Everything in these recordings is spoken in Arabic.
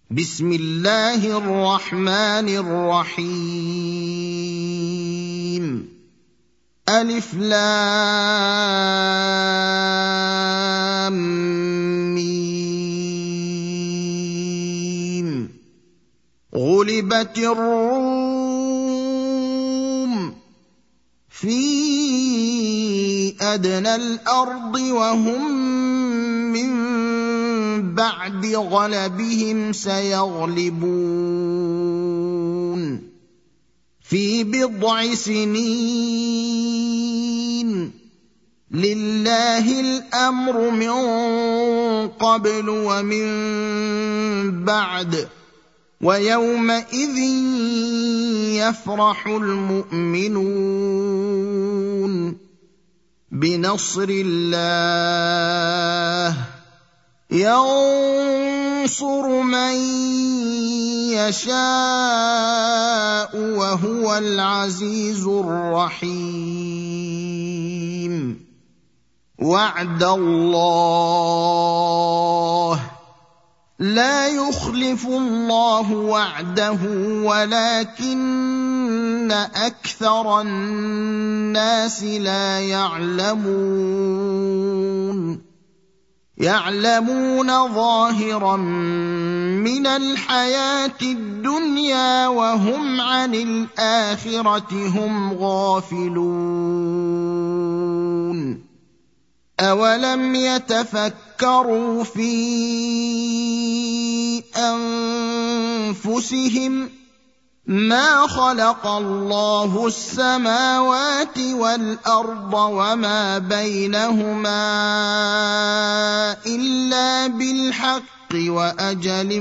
بسم الله الرحمن الرحيم ألف لام ميم غلبت الروم في أدنى الأرض وهم من بعد غلبهم سيغلبون في بضع سنين لله الأمر من قبل ومن بعد ويومئذ يفرح المؤمنون بنصر الله ينصر من يشاء وهو العزيز الرحيم وعد الله لا يخلف الله وعده ولكن أكثر الناس لا يعلمون ظاهرا من الحياة الدنيا وهم عن الآخرة هم غافلون أولم يتفكروا في أنفسهم ما خلق الله السماوات والأرض وما بينهما إلا بالحق وأجل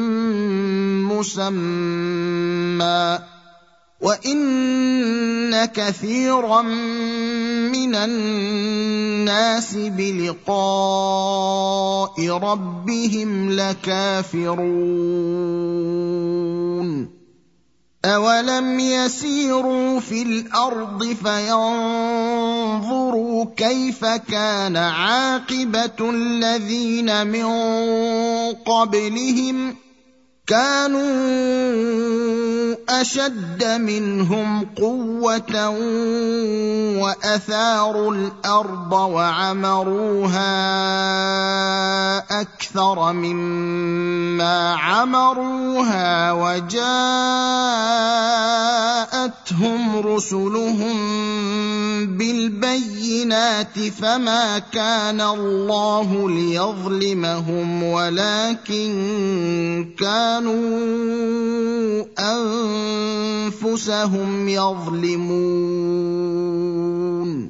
مسمى وإن كثيرا من الناس بلقاء ربهم لكافرون أولم يسيروا في الأرض فينظروا كيف كان عاقبة الذين من قبلهم كانوا أشد منهم قوة وأثاروا الأرض وعمروها أكثر مما عمروها وجاءتهم رسلهم بالبينات فما كان الله ليظلمهم ولكن كانوا أنفسهم يظلمون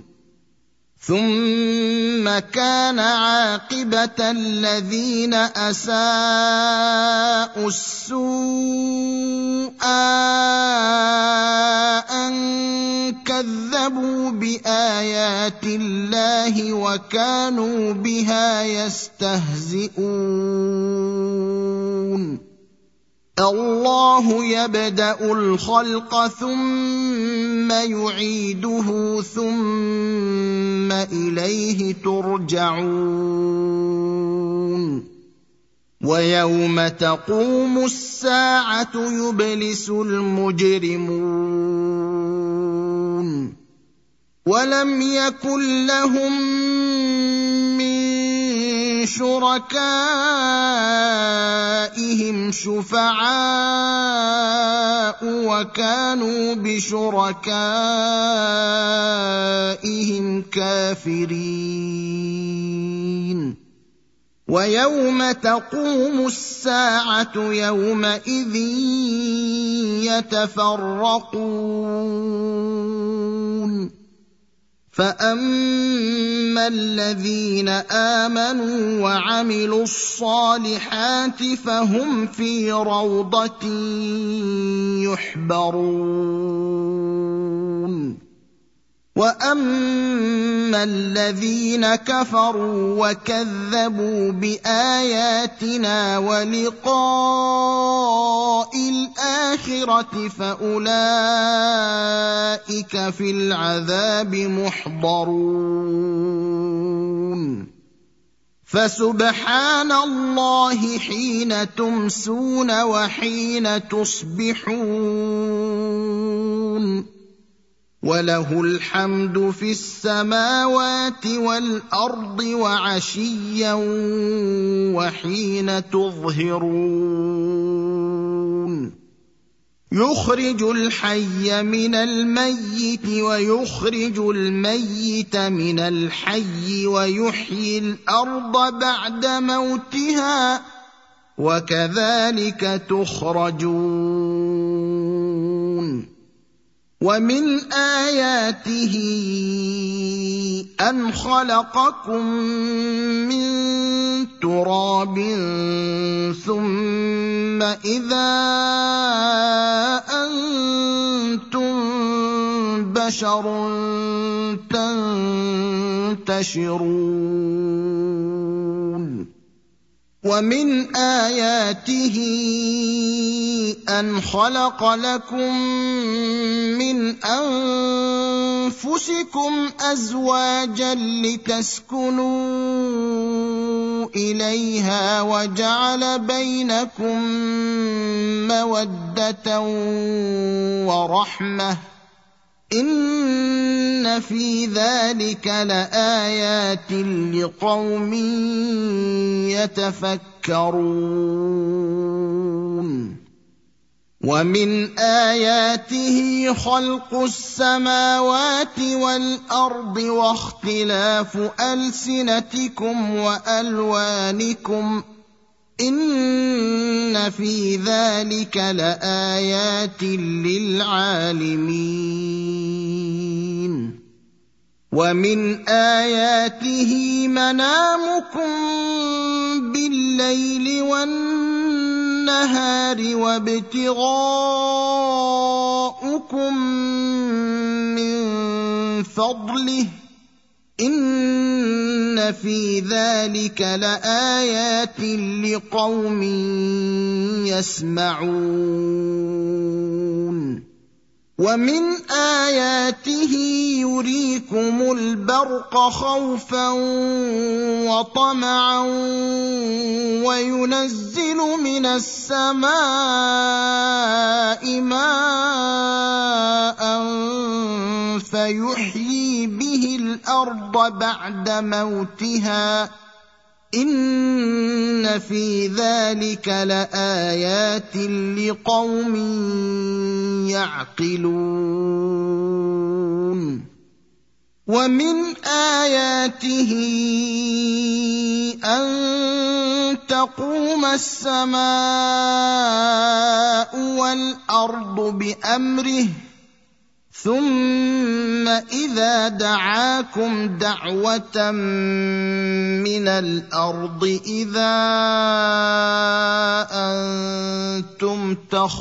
ثم كان عاقبة الذين أساءوا السوء أن كذبوا بآيات الله وكانوا بها يستهزئون الله يبدأ الخلق ثم يعيده ثم إليه ترجعون ويوم تقوم الساعة يبلس المجرمون ولم يكن لهم من شركائهم شفعاء وكانوا بشركائهم كافرين ويوم تقوم الساعة يومئذ يتفرقون فأما الذين آمنوا وعملوا الصالحات فهم في روضة يحبرون وأما الذين كفروا وكذبوا بآياتنا ولقاء الآخرة فأولئك في العذاب محضرون فسبحان الله حين تمسون وحين تصبحون وله الحمد في السماوات والارض وعشيا وحين تظهرون يخرج الحي من الميت ويخرج الميت من الحي ويحيي الارض بعد موتها وكذلك تخرجون ومن آياته أن خلقكم من تراب ثم إذا أنتم بشر تنتشرون ومن آياته أن خلق لكم من أنفسكم أزواجا لتسكنوا إليها وجعل بينكم مودة ورحمة إن في ذلك لآيات لقوم يتفكرون ومن آياته خلق السماوات والأرض واختلاف ألسنتكم وألوانكم إن في ذلك لآيات للعالمين ومن آياته منامكم بالليل والنهار وابتغاؤكم من فضله إن في ذلك لآيات لقوم يسمعون ومن آياته يريكم البرق خوفا وطمعا وينزل من السماء ماء فيحيي به الأرض بعد موتها إن في ذلك لآيات لقوم يعقلون ومن آياته أن تقوم السماء والأرض بأمره ثم إذا دعاكم دعوة من الأرض إذا أنتم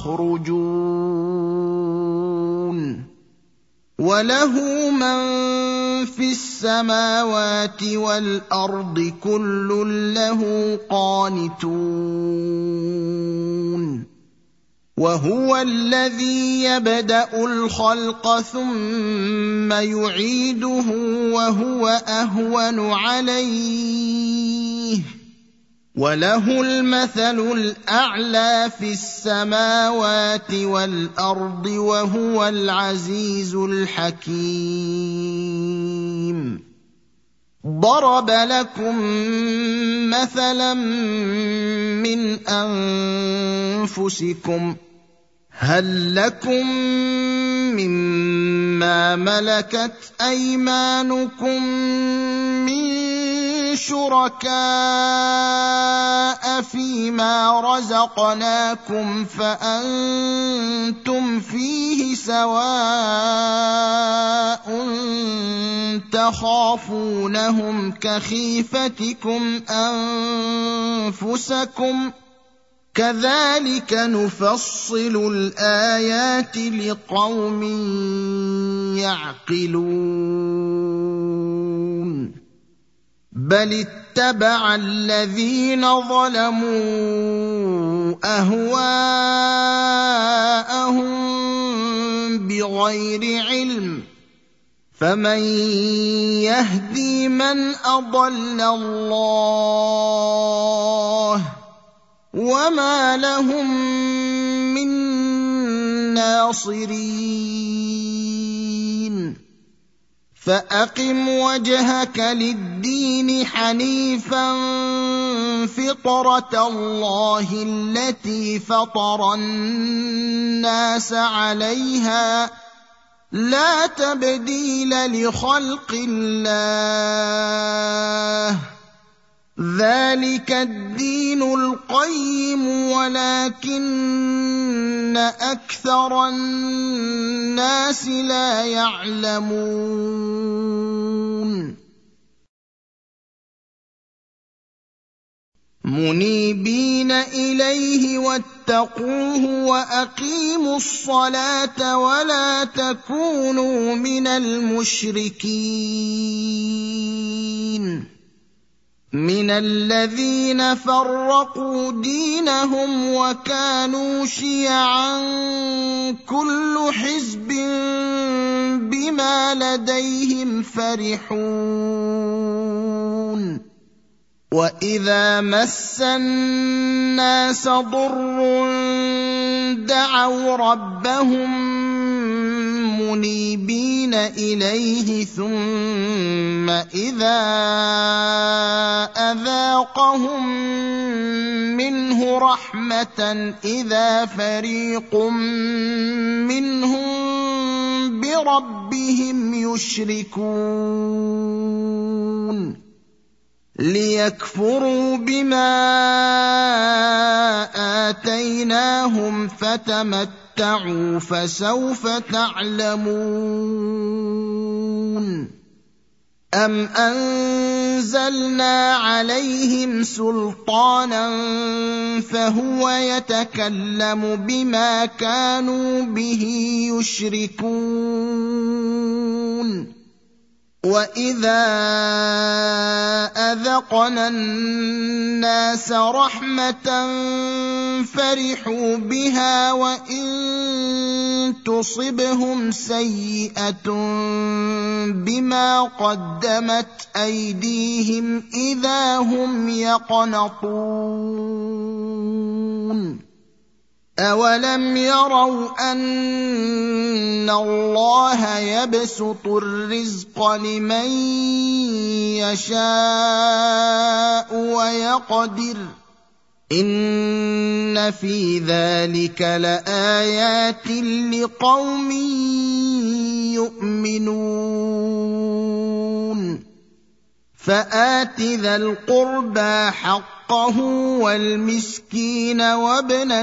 تخرجون وله من في السماوات والأرض كل له قانتون وهو الذي يبدأ الخلق ثم يعيده وهو أهون عليه وله المثل الأعلى في السماوات والأرض وهو العزيز الحكيم ضرب لكم مثلا من أنفسكم هل لكم مما ملكت أيمانكم من شركاء فيما رزقناكم فأنتم فيه سواء تخافونهم كخيفتكم أنفسكم كذلك نفصل الآيات لقوم يعقلون بل اتبع الذين ظلموا أهواءهم بغير علم فمن يهدي من أضل الله وما لهم من ناصرين فأقم وجهك للدين حنيفا فطرة الله التي فطر الناس عليها لا تبديل لخلق الله ذلك الدين القيم ولكن أكثر الناس لا يعلمون منيبين إليه واتقوه وأقيموا الصلاة ولا تكونوا من المشركين من الذين فرقوا دينهم وكانوا شيعا كل حزب بما لديهم فرحون وإذا مس الناس ضر دعوا ربهم منيبين إليه ثم إذا أذاقهم منه رحمة إذا فريق منهم بربهم يشركون ليكفروا بما آتيناهم فتمتعوا فسوف تعلمون أم أنزلنا عليهم سلطانا فهو يتكلم بما كانوا به يشركون وإذا أذقنا الناس رحمة فرحوا بها وإن تصبهم سيئة بما قدمت أيديهم إذا هم يقنطون أولم يروا أن الله يبسط الرزق لمن يشاء ويقدر إن في ذلك لآيات لقوم يؤمنون فآت ذا القربى حقه والمسكين وابن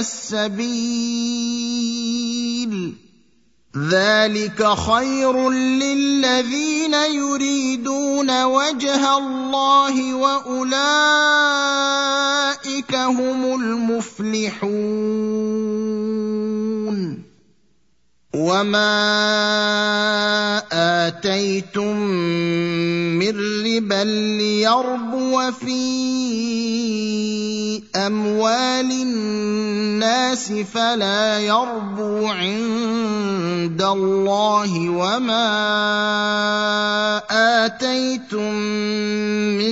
السبيل ذلك خير للذين يريدون وجه الله وأولئك هم المفلحون وما آتيتم من ربا ليربو في أموال الناس فلا يربو عند الله وما آتيتم من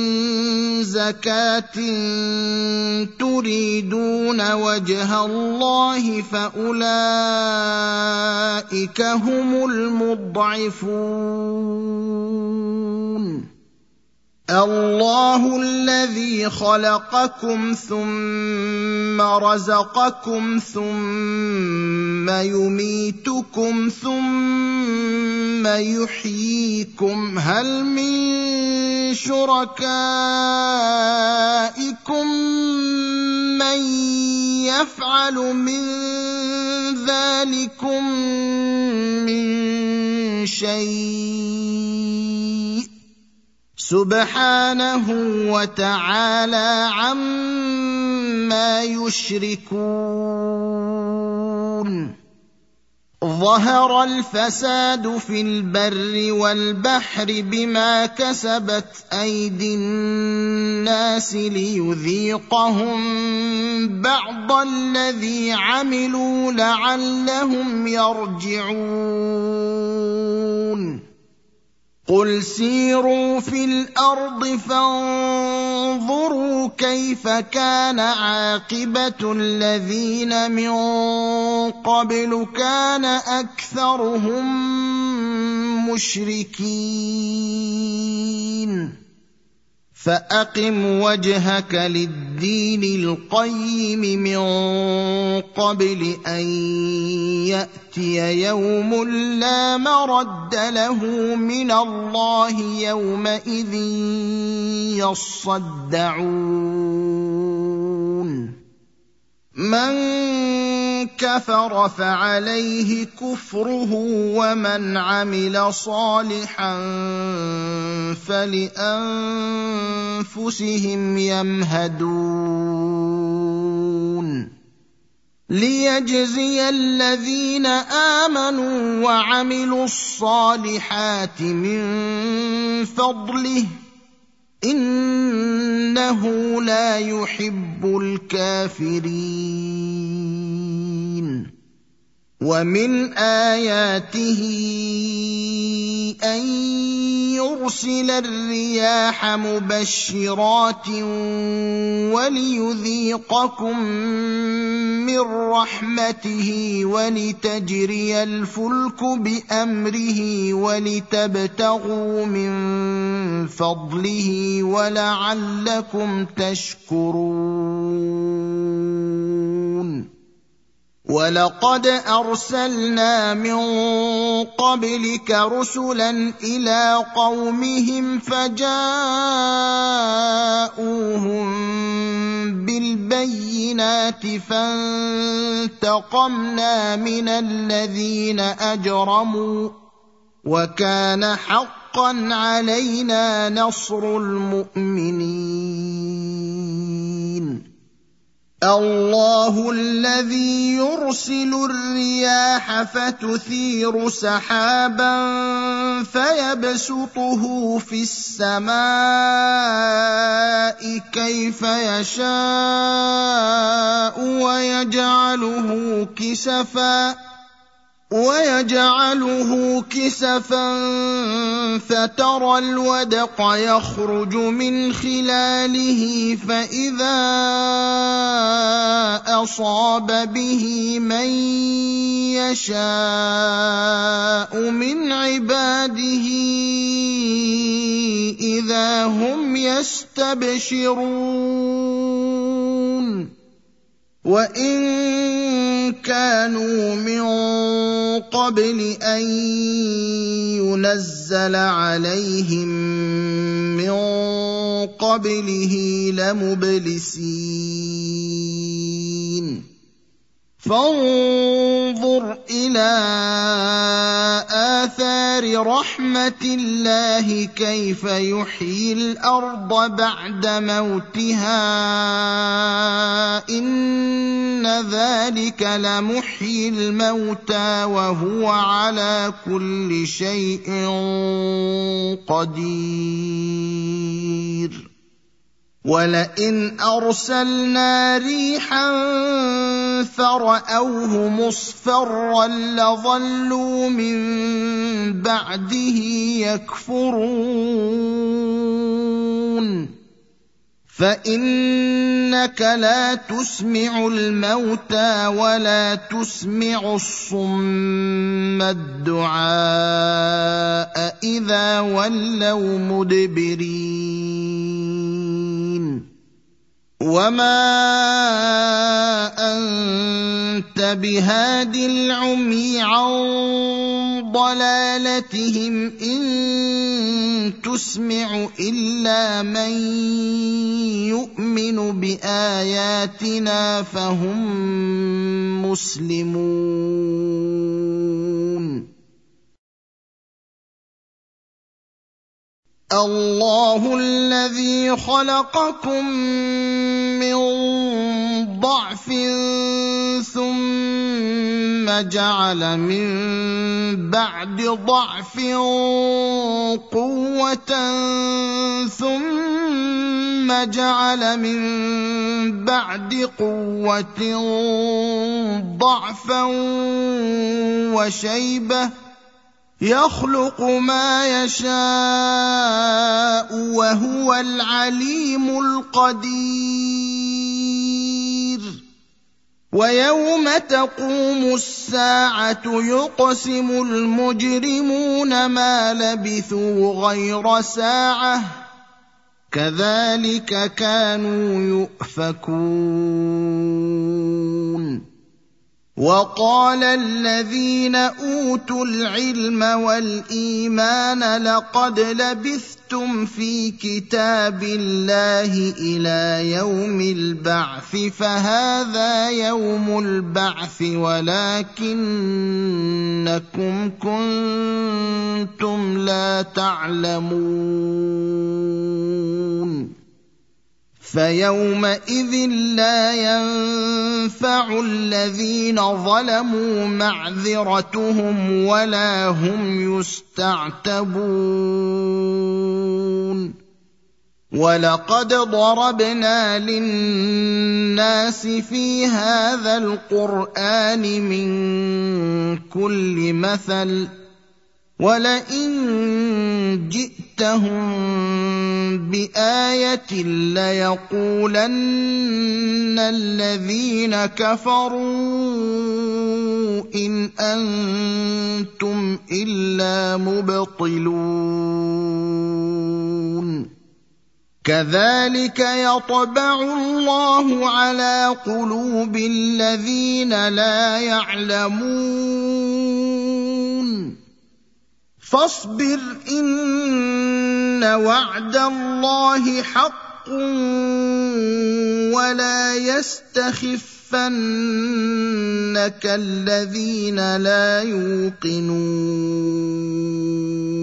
زكاة تريدون وجه الله فأولئك هم المضعفون الله الذي خلقكم ثم رزقكم ثم يميتكم ثم يحييكم هل من شركائكم من يفعل من ذلكم من شيء سبحانه وتعالى عما يشركون ظهر الفساد في البر والبحر بما كسبت أيدي الناس ليذيقهم بعض الذي عملوا لعلهم يرجعون قل سيروا في الارض فانظروا كيف كان عاقبه الذين من قبل كان اكثرهم مشركين فاقم وجهك للدين القيم من قبل ان ياتي يوم لا مرد له من الله يومئذ يصدعون من كفر فعليه كفره ومن عمل صالحا فلأنفسهم يمهدون ليجزي الذين آمنوا وعملوا الصالحات من فضله إنه لا يحب الكافرين ومن آياته أن يرسل الرياح مبشرات وليذيقكم من رحمته ولتجري الفلك بأمره ولتبتغوا من فضله ولعلكم تشكرون ولقد أرسلنا من قبلك رسلا إلى قومهم فجاءوهم بالبينات فانتقمنا من الذين أجرموا وكان حقا علينا نصر المؤمنين الله الذي يرسل الرياح فتثير سحابا فيبسطه في السماء كيف يشاء ويجعله كسفا فترى الودق يخرج من خلاله فإذا أصاب به من يشاء من عباده إذا هم يستبشرون وإن كانوا من قبل أن ينزل عليهم من قبله لمبلسين فانظر إلى آثار رحمة الله كيف يحيي الأرض بعد موتها إن ذلك لمحيي الموتى وهو على كل شيء قدير ولئن أرسلنا ريحا فرأوه مصفرا لظلوا من بعده يكفرون فإنك لا تسمع الموتى ولا تسمع الصم الدعاء إذا ولوا مدبرين وما أنت بهاد العمي عن ضلالتهم إن تسمع إلا من يؤمن بآياتنا فهم مسلمون الله الذي خلقكم من ضعف ثم جعل من بعد ضعف قوة ثم جعل من بعد قوة ضعفا وشيبة يخلق ما يشاء وهو العليم القدير ويوم تقوم الساعة يقسم المجرمون ما لبثوا غير ساعة كذلك كانوا يؤفكون وقال الذين أوتوا العلم والإيمان لقد لبثتم في كتاب الله إلى يوم البعث فهذا يوم البعث ولكنكم كنتم لا تعلمون فيومئذ لا ينفع الذين ظلموا معذرتهم ولا هم يستعتبون ولقد ضربنا للناس في هذا القرآن من كل مثل ولئن جئتهم بآية ليقولن الذين كفروا إن أنتم إلا مبطلون كذلك يطبع الله على قلوب الذين لا يعلمون فاصبر إن وعد الله حق ولا يستخفنك الذين لا يوقنون